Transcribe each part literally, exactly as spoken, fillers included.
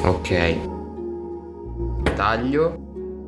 Ok. Taglio.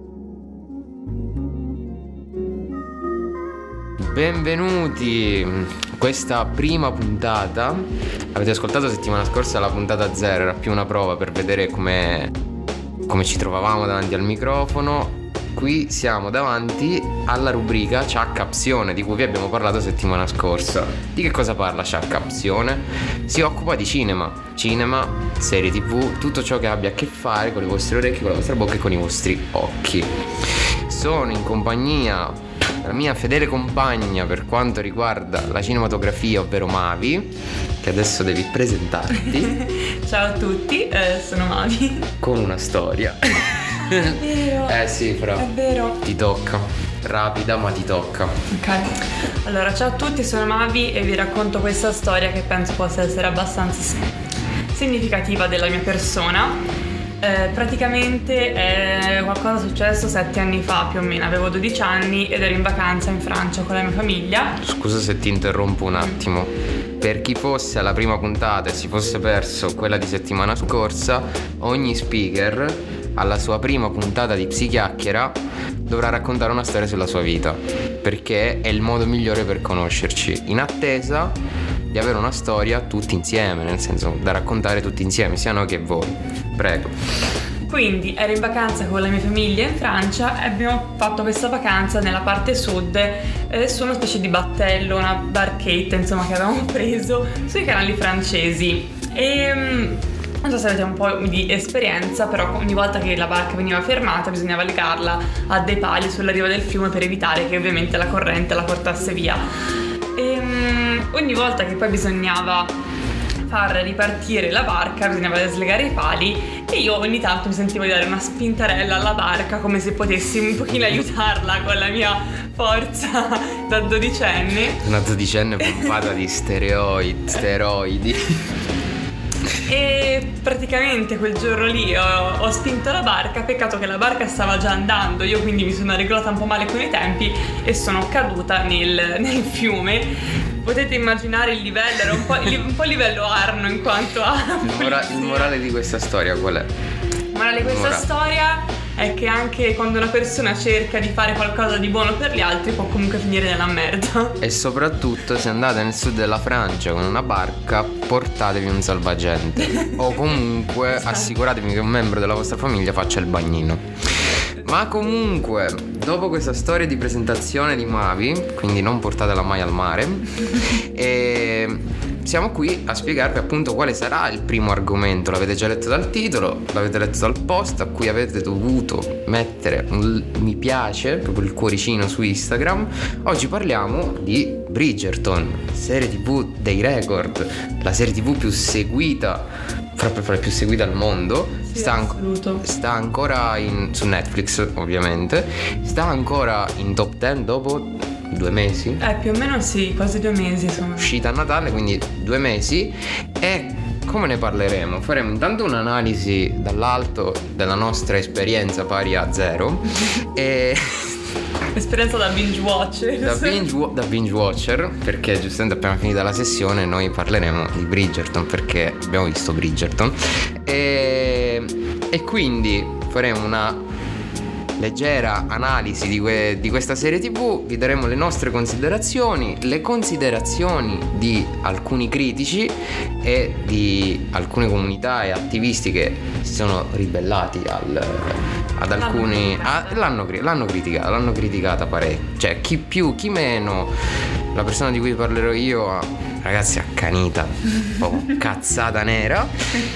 Benvenuti. Questa prima puntata, avete ascoltato settimana scorsa la puntata zero, era più una prova per vedere come come ci trovavamo davanti al microfono. Qui siamo davanti alla rubrica Ciaccapsione, di cui vi abbiamo parlato settimana scorsa. Di che cosa parla Ciaccapsione? Si occupa di cinema, cinema, serie tv, tutto ciò che abbia a che fare con le vostre orecchie, con la vostra bocca e con i vostri occhi. Sono in compagnia della mia fedele compagna per quanto riguarda la cinematografia, ovvero Mavi, che adesso devi presentarti. Ciao a tutti, eh, sono Mavi. Con una storia. È vero. Eh sì, però. È vero. Ti tocca. Rapida, ma ti tocca. Ok. Allora, ciao a tutti, sono Mavi e vi racconto questa storia che penso possa essere abbastanza significativa della mia persona. Eh, praticamente è qualcosa successo sette anni fa più o meno. Avevo dodici anni ed ero in vacanza in Francia con la mia famiglia. Scusa se ti interrompo un attimo. Per chi fosse alla prima puntata e si fosse perso quella di settimana scorsa, ogni speaker alla sua prima puntata di Psichiacchiera dovrà raccontare una storia sulla sua vita, perché è il modo migliore per conoscerci, in attesa di avere una storia tutti insieme, nel senso da raccontare tutti insieme, sia noi che voi. Prego. Quindi ero in vacanza con la mia famiglia in Francia e abbiamo fatto questa vacanza nella parte sud eh, su una specie di battello, una barchetta insomma che avevamo preso sui canali francesi. E non so se avete un po' di esperienza, però ogni volta che la barca veniva fermata bisognava legarla a dei pali sulla riva del fiume per evitare che ovviamente la corrente la portasse via. E ogni volta che poi bisognava far ripartire la barca bisognava slegare i pali e io ogni tanto mi sentivo di dare una spintarella alla barca come se potessi un pochino aiutarla con la mia forza da dodicenne. Una dodicenne pompata di steroidi, steroidi. E praticamente quel giorno lì ho, ho spinto la barca, peccato che la barca stava già andando, io quindi mi sono regolata un po' male con i tempi e sono caduta nel, nel fiume. Potete immaginare il livello, era un po', un po' livello Arno in quanto a... Il, mora- il morale di questa storia qual è? Il morale di questa Morale. storia è che anche quando una persona cerca di fare qualcosa di buono per gli altri può comunque finire nella merda. E soprattutto se andate nel sud della Francia con una barca, portatevi un salvagente o comunque Esatto. assicuratevi che un membro della vostra famiglia faccia il bagnino. Ma comunque, dopo questa storia di presentazione di Mavi, quindi non portatela mai al mare, e siamo qui a spiegarvi appunto quale sarà il primo argomento. L'avete già letto dal titolo, l'avete letto dal post a cui avete dovuto mettere un mi piace, proprio il cuoricino su Instagram. Oggi parliamo di Bridgerton, serie tv dei record, la serie tv più seguita, proprio fra le più seguite al mondo. Sì, sta, an- assoluto. sta ancora in, su Netflix ovviamente, sta ancora in top dieci dopo due mesi. Eh, più o meno sì, quasi due mesi sono. Uscita a Natale, quindi due mesi. E come ne parleremo? Faremo intanto un'analisi dall'alto della nostra esperienza pari a zero e Esperienza da binge watcher. da binge, wa- da binge watcher, perché giustamente appena finita la sessione noi parleremo di Bridgerton, perché abbiamo visto Bridgerton e, e quindi faremo una leggera analisi di, que- di questa serie tv. Vi daremo le nostre considerazioni, le considerazioni di alcuni critici e di alcune comunità e attivisti che si sono ribellati al, ad alcuni L'hanno a- l'hanno, cri- l'hanno criticata l'hanno criticata parecchio, cioè chi più chi meno. La persona di cui parlerò io, ragazzi, accanita, proprio cazzata nera.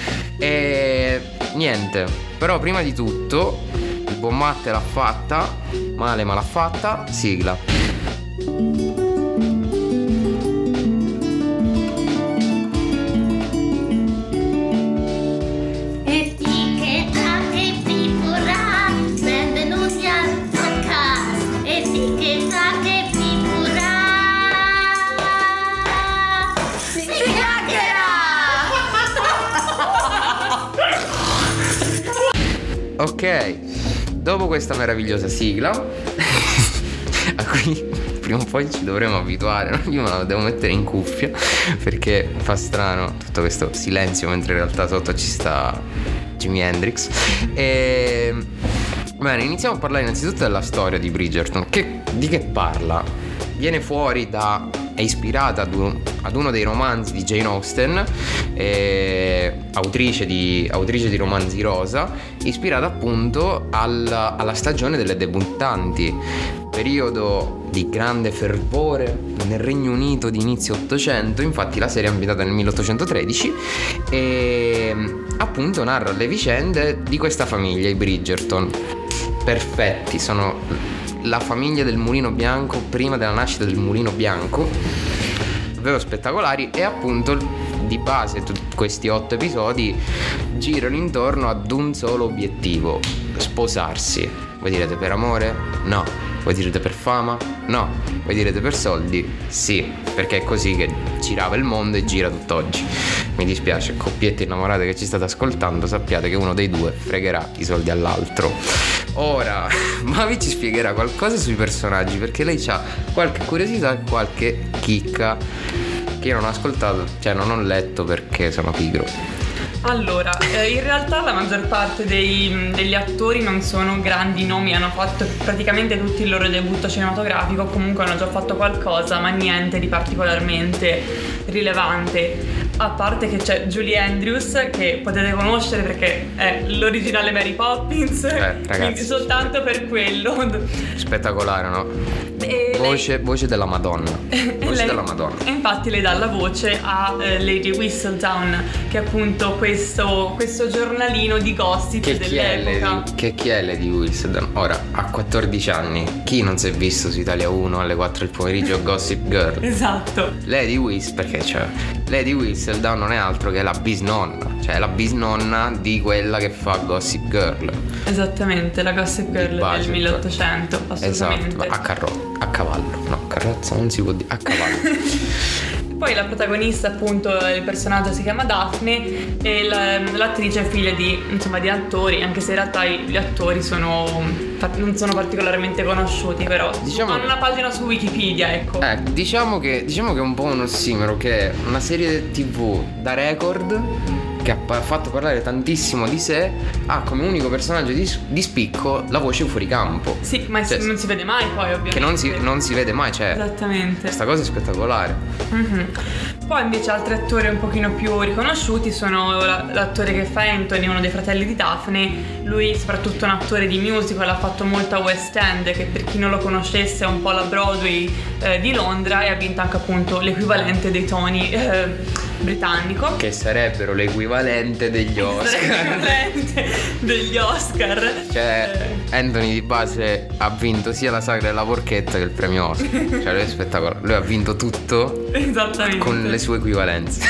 E niente, però prima di tutto il buon Matte l'ha fatta, male ma l'ha fatta, sigla. Etichetta che figura, benvenuti al podcast. Etichetta che figura, si chiacchiera. Ok, dopo questa meravigliosa sigla a cui prima o poi ci dovremo abituare, no? Io me la devo mettere in cuffia perché fa strano tutto questo silenzio mentre in realtà sotto ci sta Jimi Hendrix. E bene, iniziamo a parlare innanzitutto della storia di Bridgerton. Che, di che parla? Viene fuori da... è ispirata ad, un, ad uno dei romanzi di Jane Austen, eh, autrice, di, autrice di romanzi rosa, ispirata appunto alla, alla stagione delle debuttanti, periodo di grande fervore nel Regno Unito di inizio Ottocento. Infatti la serie è ambientata nel milleottocentotredici e appunto narra le vicende di questa famiglia, i Bridgerton. Perfetti, sono la famiglia del Mulino Bianco prima della nascita del Mulino Bianco, davvero spettacolari. E appunto di base tutti questi otto episodi girano intorno ad un solo obiettivo: sposarsi. Voi direte per amore? No. Voi direte per fama? No. Voi direte per soldi? Sì, perché è così che girava il mondo e gira tutt'oggi. Mi dispiace, coppiette innamorate che ci state ascoltando, sappiate che uno dei due fregherà i soldi all'altro. Ora Mavi ci spiegherà qualcosa sui personaggi, perché lei ha qualche curiosità e qualche chicca che io non ho ascoltato, cioè non ho letto perché sono pigro. Allora, eh, in realtà la maggior parte dei, degli attori non sono grandi nomi, hanno fatto praticamente tutti il loro debutto cinematografico, comunque hanno già fatto qualcosa, ma niente di particolarmente rilevante. A parte che c'è Julie Andrews, che potete conoscere perché è l'originale Mary Poppins, eh, quindi soltanto per quello. Spettacolare, no? E voce, lei... voce della Madonna. Voce lei... della Madonna. E infatti lei dà la voce a eh, Lady Whistledown, che è appunto questo, questo giornalino di gossip che dell'epoca. Chi che chi è Lady Whistledown? Ora, a quattordici anni, chi non si è visto su Italia uno alle quattro del pomeriggio Gossip Girl? Esatto. Lady Whist, perché c'è? Lady Whistledown non è altro che la bisnonna, cioè la bisnonna di quella che fa Gossip Girl. Esattamente, la Gossip Girl del milleottocento, assolutamente. Esatto, a carro, a cavallo, no, carrozza non si può dire, a cavallo. Poi la protagonista, appunto, il personaggio si chiama Daphne e la, l'attrice è figlia di, insomma, di attori, anche se in realtà gli attori sono non sono particolarmente conosciuti, però diciamo hanno una pagina su Wikipedia, ecco. Eh, diciamo che diciamo che è un po' un ossimoro, che è una serie tivù da record che ha fatto parlare tantissimo di sé, ha come unico personaggio di, di spicco la voce fuori campo. Sì, ma cioè, non si vede mai poi, ovviamente. Che non si, non si vede mai, cioè. Esattamente. Questa cosa è spettacolare. Mm-hmm. Poi invece altri attori un pochino più riconosciuti sono la, l'attore che fa Anthony, uno dei fratelli di Daphne. Lui soprattutto un attore di musical, ha fatto molto a West End, che per chi non lo conoscesse è un po' la Broadway eh, di Londra, e ha vinto anche appunto l'equivalente dei Tony eh, britannico, che sarebbero l'equivalente degli Oscar. L'equivalente degli Oscar. Cioè eh. Anthony di base ha vinto sia la sagra della porchetta che il premio Oscar. Cioè lui è spettacolare, lui ha vinto tutto. Esattamente. Con le sue equivalenze.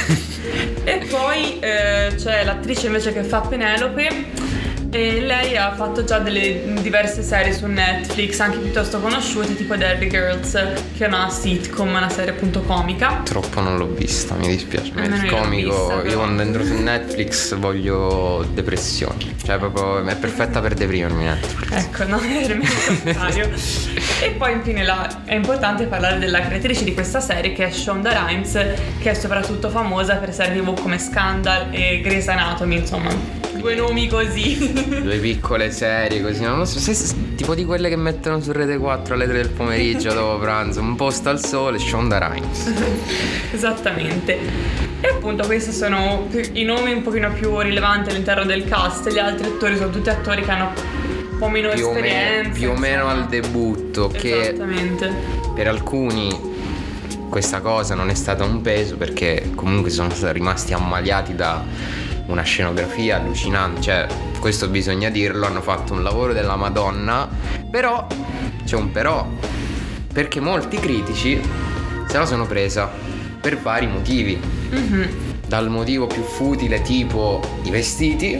E poi eh, c'è l'attrice invece che fa Penelope, e lei ha fatto già delle diverse serie su Netflix, anche piuttosto conosciute, tipo Derby Girls, che è una sitcom, una serie appunto comica. Troppo non l'ho vista, mi dispiace. Eh, il comico, vista, io quando entro su Netflix voglio depressione. Cioè proprio è perfetta per deprimermi Netflix. Ecco, no, è il contrario. E poi infine la, è importante parlare della creatrice di questa serie, che è Shonda Rhimes, che è soprattutto famosa per serie tv come Scandal e Grey's Anatomy, insomma due nomi così. Due piccole serie così, non lo so, se, se, tipo di quelle che mettono su Rete quattro alle tre del pomeriggio dopo pranzo, un posto al sole, Shonda Rhimes. Esattamente. E appunto questi sono i nomi un pochino più rilevanti all'interno del cast. Gli altri attori sono tutti attori che hanno un po' meno più esperienza, o me, più o meno al debutto. Esattamente. Che per alcuni questa cosa non è stata un peso, perché comunque sono rimasti ammaliati da una scenografia allucinante, cioè questo bisogna dirlo, hanno fatto un lavoro della Madonna. Però c'è un però, perché molti critici se la sono presa per vari motivi. Mm-hmm. Dal motivo più futile, tipo i vestiti.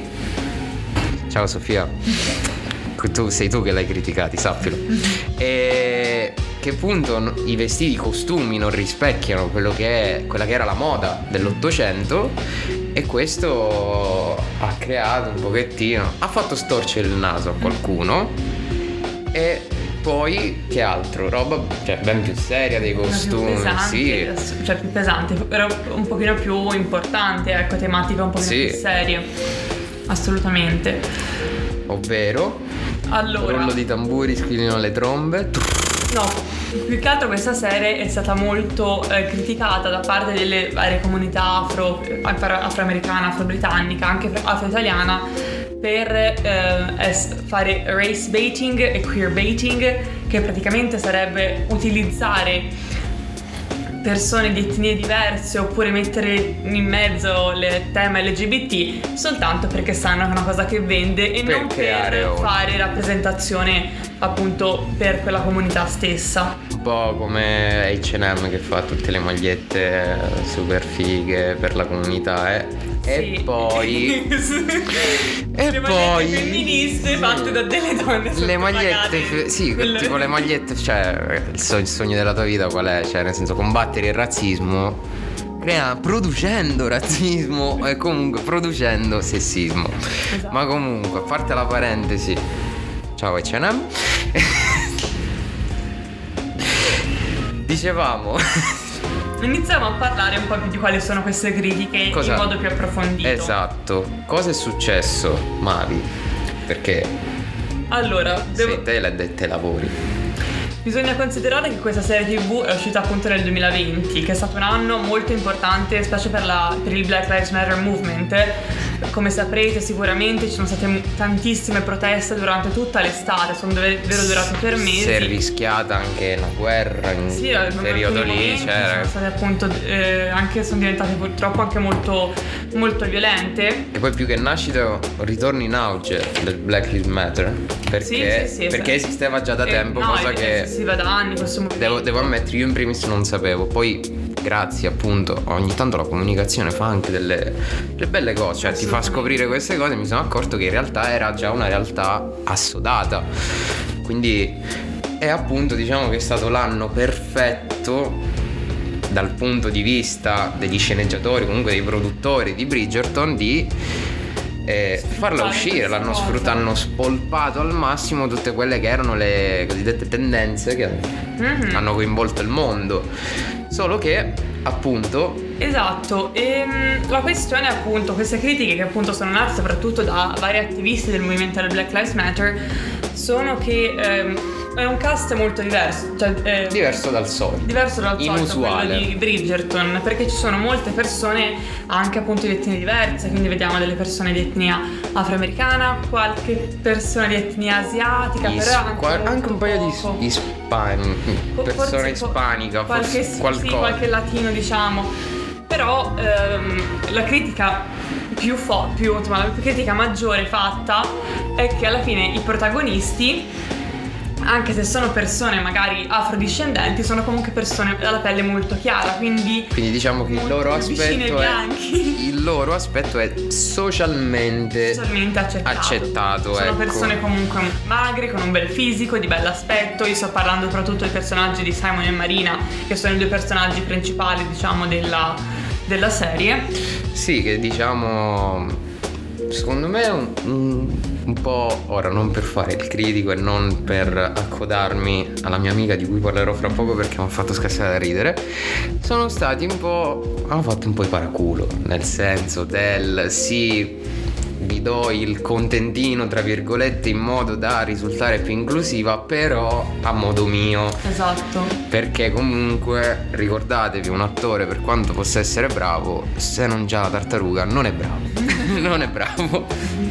Ciao Sofia. Tu sei tu che l'hai criticati, sappilo. E che appunto i vestiti, i costumi non rispecchiano quello che è quella che era la moda dell'Ottocento, e questo ha creato un pochettino, ha fatto storcere il naso a qualcuno. E poi che altro? Roba, cioè ben più seria, dei costumi, più pesanti, sì, cioè più pesanti, però un pochino più importante, ecco, tematiche un pochino sì. più serie. Assolutamente. Ovvero, Allora, rullo di tamburi, squillino le trombe. no, più che altro questa serie è stata molto eh, criticata da parte delle varie comunità afro, afro- afroamericana, afro-britannica, anche afro- afro-italiana, per eh, es- fare race baiting e queer baiting, che praticamente sarebbe utilizzare persone di etnie diverse oppure mettere in mezzo il tema L G B T soltanto perché sanno che è una cosa che vende e Per non creare per odio. fare rappresentazione appunto per quella comunità stessa. Un po' come H and M che fa tutte le magliette super fighe per la comunità, eh. E Sì. poi E le poi magliette femministe fatte da delle donne le magliette, sottopagate. fe- sì, Quelle- tipo le magliette, cioè il, so- il sogno della tua vita qual è? Cioè, nel senso, combattere il razzismo crea producendo razzismo e comunque producendo sessismo. Esatto. Ma comunque, a parte la parentesi, ciao H and M. Dicevamo Iniziamo a parlare un po' più di quali sono queste critiche Cosa- in modo più approfondito. esatto, cosa è successo, Mavi? Perché Allora, devo- sei te l'addetti ai lavori. bisogna considerare che questa serie tivù è uscita appunto nel duemilaventi, che è stato un anno molto importante, specie per, la- per il Black Lives Matter Movement. Come saprete sicuramente ci sono state m- tantissime proteste durante tutta l'estate, sono dove- davvero durate per mesi. Si è rischiata anche la guerra in Sì, quel periodo lì, c'era. sono state appunto eh, anche sono diventate purtroppo anche molto molto violente. E poi più che nascita un ritorno in auge del Black Lives Matter. Perché, Sì, sì, sì, perché sì. esisteva già da Eh, tempo, no, cosa è- che si va da anni questo movimento. devo, devo ammettere, io in primis non sapevo. Poi grazie appunto, ogni tanto la comunicazione fa anche delle, delle belle cose, cioè ti fa Assolutamente. scoprire queste cose. Mi sono accorto che in realtà era già una realtà assodata. Quindi è appunto, diciamo che è stato l'anno perfetto dal punto di vista degli sceneggiatori, comunque dei produttori di Bridgerton, di eh, farla Sfruttare uscire. questa L'hanno cosa. sfruttato, hanno spolpato al massimo tutte quelle che erano le cosiddette tendenze che Mhm. hanno coinvolto il mondo. Solo che appunto Esatto, e mm, la questione è appunto queste critiche che appunto sono nate soprattutto da vari attivisti del movimento del Black Lives Matter sono che ehm, è un cast molto diverso, cioè eh, diverso dal solito. diverso dal solito Inusuale. quello di Bridgerton, perché ci sono molte persone anche appunto di etnie diverse, quindi vediamo delle persone di etnia afroamericana, qualche persona di etnia asiatica, Is- però anche, qua- molto anche un paio poco. di ispani, Po- persona forse ispanica, qualche, forse sì, qualcosa. qualche latino diciamo. Però ehm, la critica più forte, più, insomma, la critica maggiore fatta è che alla fine i protagonisti, anche se sono persone magari afrodiscendenti, sono comunque persone dalla pelle molto chiara, quindi Quindi diciamo che il molto loro più vicine ai aspetto è bianchi. il loro aspetto è socialmente Socialmente accettato. accettato, Sono ecco. persone comunque magre, con un bel fisico, di bell'aspetto. Io sto parlando soprattutto dei personaggi di Simon e Marina, che sono i due personaggi principali, diciamo, della, della serie. Sì, che diciamo secondo me un, un, un po', ora non per fare il critico e non per accodarmi alla mia amica di cui parlerò fra poco perché mi ha fatto scassare da ridere, sono stati un po', hanno fatto un po' i paraculo, nel senso del sì, vi do il contentino tra virgolette in modo da risultare più inclusiva, però a modo mio. Esatto. Perché comunque ricordatevi, un attore per quanto possa essere bravo, se non già la tartaruga non è bravo. Non è bravo.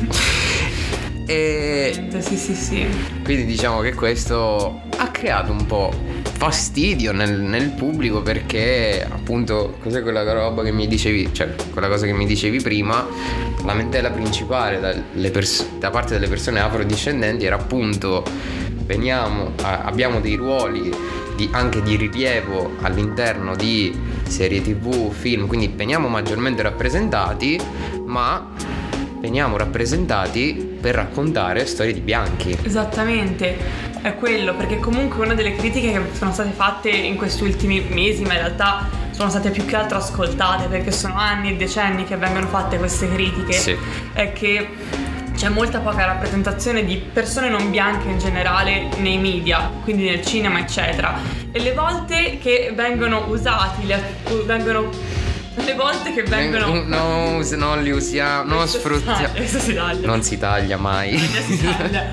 E Sì, sì, sì. quindi diciamo che questo ha creato un po' fastidio nel, nel pubblico, perché appunto cos'è quella roba che mi dicevi, cioè quella cosa che mi dicevi prima, la lamentela principale dalle pers- da parte delle persone afrodiscendenti era appunto veniamo a- abbiamo dei ruoli di, anche di rilievo all'interno di serie tv, film, quindi veniamo maggiormente rappresentati, ma veniamo rappresentati per raccontare storie di bianchi. Esattamente, è quello, perché comunque una delle critiche che sono state fatte in questi ultimi mesi, ma in realtà sono state più che altro ascoltate, perché sono anni e decenni che vengono fatte queste critiche, Sì. è che c'è molta poca rappresentazione di persone non bianche in generale nei media, quindi nel cinema eccetera, e le volte che vengono usati, le- vengono le volte che vengono no, us- non li usiamo, non Questo si sfruttiamo. taglia, questo si taglia. Non si taglia mai. Si taglia.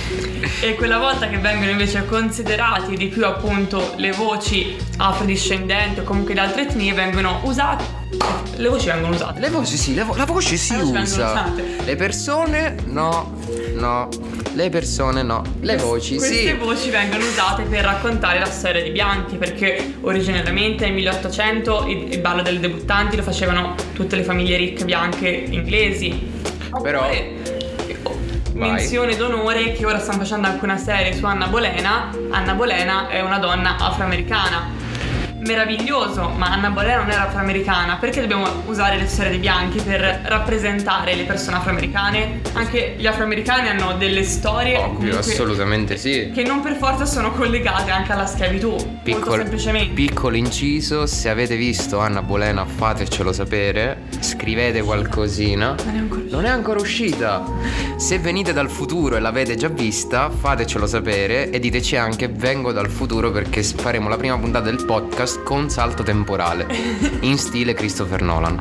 E quella volta che vengono invece considerati di più appunto le voci afrodiscendenti o comunque di altre etnie vengono usate. Le voci vengono usate. Le voci sì, le vo- la voce si Le voci vengono usa. usate. Le persone no, no. Le persone no. Le voci Queste sì. voci vengono usate per raccontare la storia dei bianchi, perché originariamente nel milleottocento il, il ballo delle debuttanti lo facevano tutte le famiglie ricche bianche inglesi. Però Oppure, Vai. menzione d'onore che ora stanno facendo anche una serie su Anna Bolena. Anna Bolena è una donna afroamericana. Meraviglioso, ma Anna Bolena non era afroamericana. Perché dobbiamo usare le storie dei bianchi per rappresentare le persone afroamericane? Anche gli afroamericani hanno delle storie Ovvio, comunque assolutamente sì. che non per forza sono collegate anche alla schiavitù. Molto Piccolo, semplicemente. piccolo inciso, se avete visto Anna Bolena fatecelo sapere, scrivete qualcosina. Non è ancora uscita. Non è ancora uscita. Se venite dal futuro e l'avete già vista, fatecelo sapere e diteci anche vengo dal futuro, perché faremo la prima puntata del podcast con salto temporale in stile Christopher Nolan.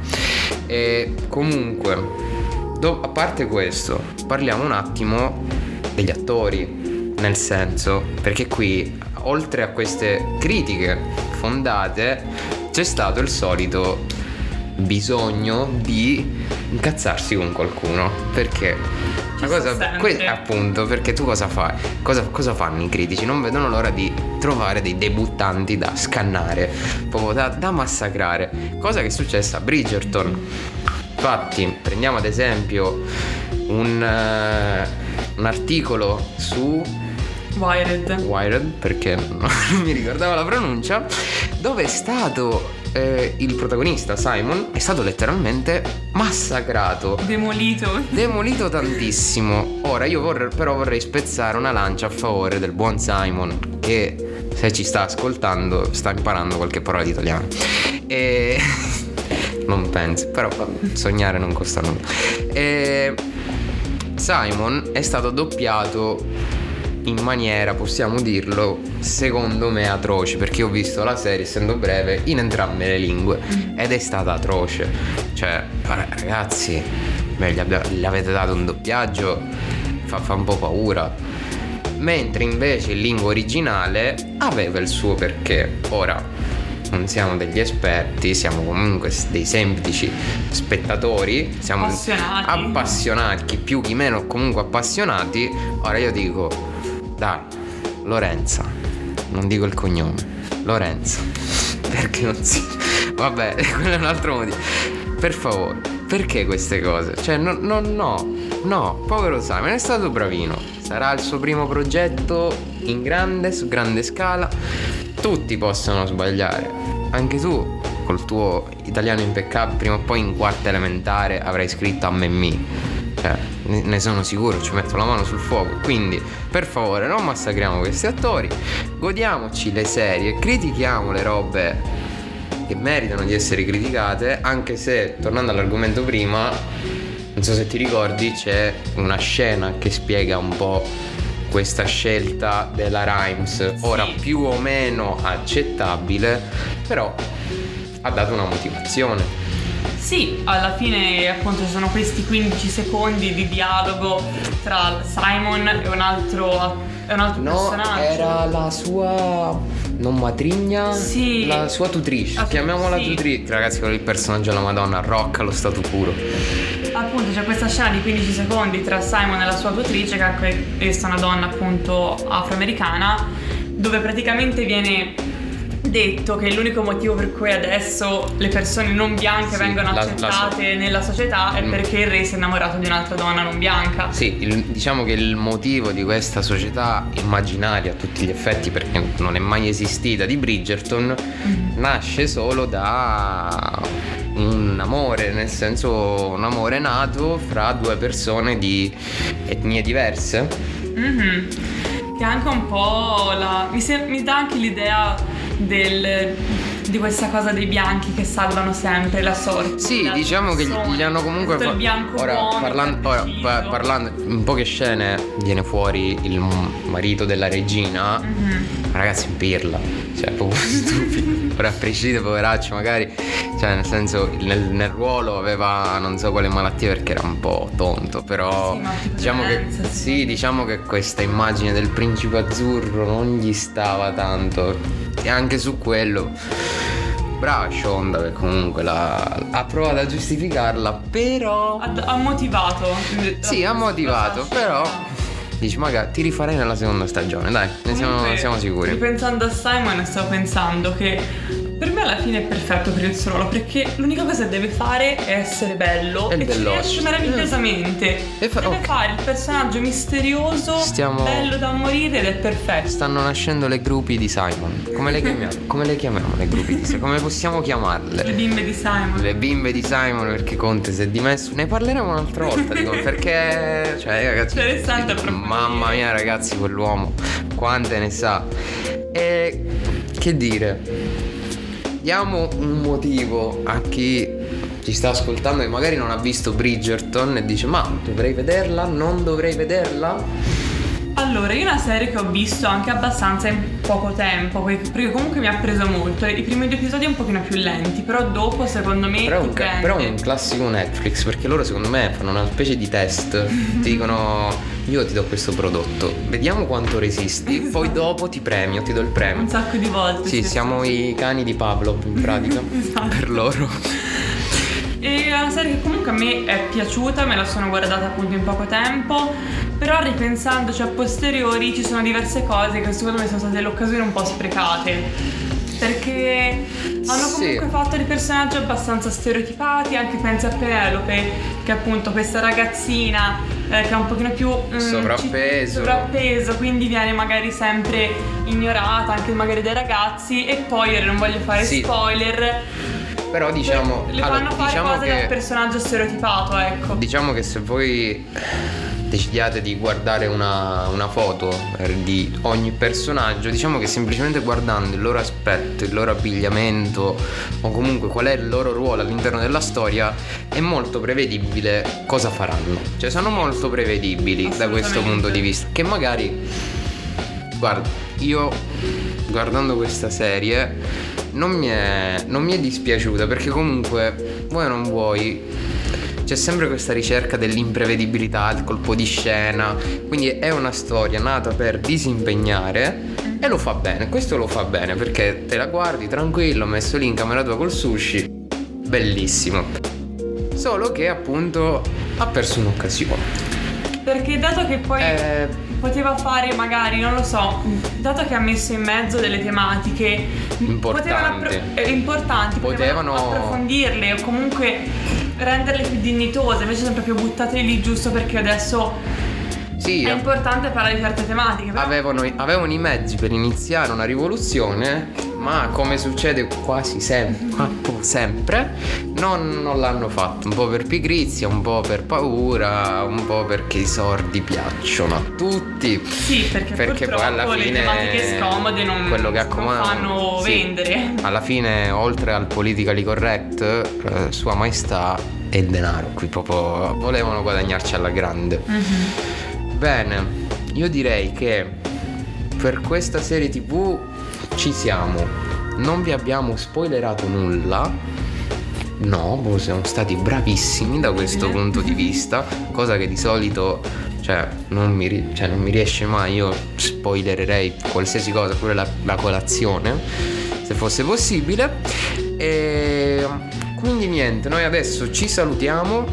E comunque, do- a parte questo, parliamo un attimo degli attori, nel senso, perché qui oltre a queste critiche fondate c'è stato il solito bisogno di incazzarsi con qualcuno, perché Ci la cosa sta sempre. que- appunto, perché tu cosa fai? Cosa, cosa fanno i critici? Non vedono l'ora di trovare dei debuttanti da scannare, proprio da, da massacrare, cosa che è successa a Bridgerton. Infatti prendiamo ad esempio un, eh, un articolo su Wired. Wired, perché non mi ricordavo la pronuncia, dove è stato eh, il protagonista Simon è stato letteralmente massacrato, Demolito. demolito tantissimo. Ora io vorrei, però vorrei spezzare una lancia a favore del buon Simon, che se ci sta ascoltando sta imparando qualche parola di italiano e non penso, però sognare non costa nulla. E Simon è stato doppiato in maniera, possiamo dirlo, secondo me atroce, perché ho visto la serie, essendo breve, in entrambe le lingue ed è stata atroce. Cioè, ragazzi, beh, gli, abbia- gli avete dato un doppiaggio, fa, fa un po' paura. Mentre invece in lingua originale aveva il suo perché. Ora, non siamo degli esperti, siamo comunque dei semplici spettatori, siamo Appassionati. appassionati, chi più chi meno, comunque appassionati. Ora io dico, dai, Lorenza, non dico il cognome, Lorenza, perché non si... Vabbè, quello è un altro motivo. Per favore, perché queste cose? Cioè, no, no, no, no, povero Simon è stato bravino. Sarà il suo primo progetto in grande, su grande scala. Tutti possono sbagliare. Anche tu, col tuo italiano impeccabile, prima o poi in quarta elementare avrai scritto a me mi. Cioè, ne ne sono sicuro, ci metto la mano sul fuoco. Quindi, per favore, non massacriamo questi attori, godiamoci le serie, critichiamo le robe che meritano di essere criticate, anche se, tornando all'argomento prima, non so se ti ricordi, c'è una scena che spiega un po' questa scelta della Rhymes, ora Sì. più o meno accettabile, però ha dato una motivazione. Sì, alla fine appunto ci sono questi quindici secondi di dialogo tra Simon e un altro, e un altro No, personaggio. era la sua non matrigna, Sì. la sua tutrice, Ah, chiamiamola sì. tutrice. Ragazzi, quello è il personaggio della Madonna, Rock allo stato puro. Appunto c'è questa scena di quindici secondi tra Simon e la sua tutrice, che è anche questa una donna appunto afroamericana, dove praticamente viene detto che l'unico motivo per cui adesso le persone non bianche Sì, vengono la- la- accettate nella società è Mm. perché il re si è innamorato di un'altra donna non bianca. Sì, il- diciamo che il motivo di questa società immaginaria a tutti gli effetti, perché non è mai esistita, di Bridgerton, Mm. nasce solo da un amore, nel senso un amore nato fra due persone di etnie diverse. Mhm. Che è anche un po' la... mi, se- mi dà anche l'idea del... di questa cosa dei bianchi che salvano sempre la sorte. Sì, delle diciamo che gli, persone. gli hanno comunque Tutto il fa- bianco ora, buono, parlando, ora, preciso. pa- parlando in poche scene viene fuori il m- marito della regina. Mhm. Ragazzi, pirla, cioè proprio stupido. Ora a prescindere, poveraccio, magari, cioè nel senso nel, nel ruolo aveva non so quale malattia perché era un po' tonto, però Sì, ma tipo diciamo che demenza, sì. sì, diciamo che questa immagine del principe azzurro non gli stava tanto, e anche su quello brava Shonda che comunque la, ha provato a giustificarla, però Ha, ha motivato. sì, la- ha la motivato, sua però scelta. dici magari ti rifarei nella seconda stagione, dai, ne siamo, Comunque, siamo sicuri. Ripensando a Simon, stavo pensando che per me alla fine è perfetto per il suo ruolo, perché l'unica cosa che deve fare è essere bello È il e ci belloccio. riesce meravigliosamente. E fa- deve ok. fare il personaggio misterioso, Stiamo- bello da morire ed è perfetto. Stanno nascendo le gruppi di Simon. Come le chiamiamo? Come le chiamiamo le gruppi di Simon? Come possiamo Le chiamarle? bimbe di Simon. Le bimbe di Simon, perché Conte si è dimesso. Ne parleremo un'altra volta di Conte, perché cioè ragazzi, Interessante approfondire. mamma mia ragazzi, quell'uomo quante ne sa. E che dire? Diamo un motivo a chi ci sta ascoltando e magari non ha visto Bridgerton e dice ma dovrei vederla, non dovrei vederla? Allora, io una serie che ho visto anche abbastanza in poco tempo, perché comunque mi ha preso molto. I primi due episodi un pochino più lenti, però dopo secondo me Però è, ti un, ca- prende. però è un classico Netflix, perché loro secondo me fanno una specie di test. Ti dicono io ti do questo prodotto, vediamo quanto resisti, Esatto. poi dopo ti premio, ti do il Un premio. sacco di volte. Sì, siamo i cani di Pablo in pratica. Esatto. Per loro. E è una serie che comunque a me è piaciuta, me la sono guardata appunto in poco tempo, però ripensandoci a posteriori ci sono diverse cose che secondo me sono state delle occasioni un po' sprecate. Perché hanno Sì. comunque fatto dei personaggi abbastanza stereotipati, anche pensi a Penelope, che è appunto questa ragazzina eh, che è un pochino più mm, Sovrappeso. ci- sovrappeso, quindi viene magari sempre ignorata anche magari dai ragazzi, e poi io non voglio fare Sì. spoiler. Però diciamo, le allora, fanno fare diciamo cose che dal personaggio stereotipato, ecco. Diciamo che se voi decidiate di guardare una, una foto eh, di ogni personaggio, diciamo che semplicemente guardando il loro aspetto, il loro abbigliamento o comunque qual è il loro ruolo all'interno della storia è molto prevedibile cosa faranno. Cioè sono molto prevedibili da questo Assolutamente. punto di vista. Che magari, guarda, io guardando questa serie non mi è, non mi è dispiaciuta, perché comunque vuoi o non vuoi c'è sempre questa ricerca dell'imprevedibilità, il colpo di scena, quindi è una storia nata per disimpegnare e lo fa bene, questo lo fa bene perché te la guardi tranquillo, messo lì in camera tua col sushi, bellissimo. Solo che appunto ha perso un'occasione. Perché dato che poi Eh, poteva fare magari, non lo so, dato che ha messo in mezzo delle tematiche Importanti. potevano appro- eh, importanti, potevano Potevano- approfondirle o comunque renderle più dignitose, invece sono proprio buttate lì giusto perché adesso sì, è a- importante parlare di certe tematiche. Però avevano, avevano i mezzi per iniziare una rivoluzione, ma come succede quasi sempre, sempre non, non l'hanno fatto. Un po' per pigrizia, un po' per paura, un po' perché i sordi piacciono a tutti. sì, perché, Perché poi purtroppo alla le fine tematiche scomode non, quello che non accomanda- fanno sì. vendere. Alla fine, oltre al politically correct, eh, Sua Maestà e il denaro. Qui proprio volevano guadagnarci alla grande. Mhm. Bene, io direi che per questa serie tivù ci siamo. Non vi abbiamo spoilerato nulla. No, boh, siamo stati bravissimi da questo Bene. punto di vista, cosa che di solito cioè non mi, ri- cioè, non mi riesce mai. Io spoilererei qualsiasi cosa, pure la, la colazione, se fosse possibile. E quindi niente, noi adesso ci salutiamo.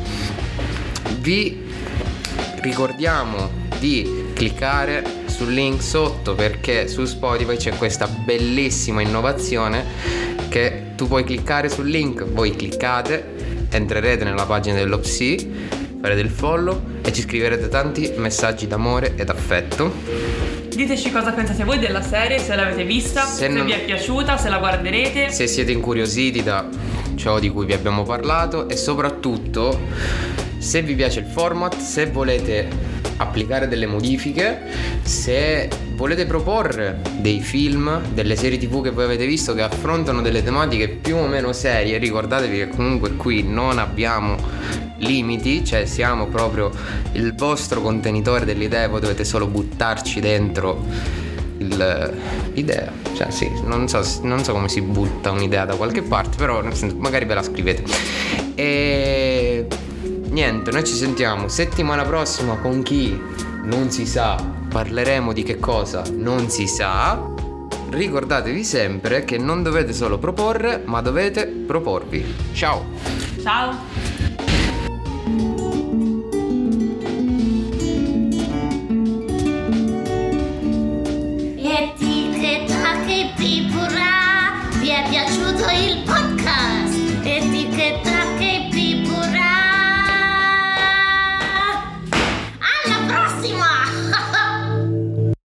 Vi ricordiamo di cliccare sul link sotto, perché su Spotify c'è questa bellissima innovazione che tu puoi cliccare sul link, voi cliccate, entrerete nella pagina dello Psi, farete il follow e ci scriverete tanti messaggi d'amore ed affetto. Diteci cosa pensate voi della serie, se l'avete vista, Se se, non- vi è piaciuta, se la guarderete. Se siete incuriositi da ciò di cui vi abbiamo parlato e soprattutto se vi piace il format, se volete applicare delle modifiche, se volete proporre dei film, delle serie tivù che voi avete visto che affrontano delle tematiche più o meno serie. Ricordatevi che comunque qui non abbiamo limiti, cioè siamo proprio il vostro contenitore delle idee, voi dovete solo buttarci dentro il, l'idea, cioè sì, non so, non so come si butta un'idea da qualche parte, però nel senso, magari ve la scrivete. E niente, noi ci sentiamo settimana prossima con chi non si sa, parleremo di che cosa non si sa. Ricordatevi sempre che non dovete solo proporre, ma dovete proporvi. Ciao. Ciao.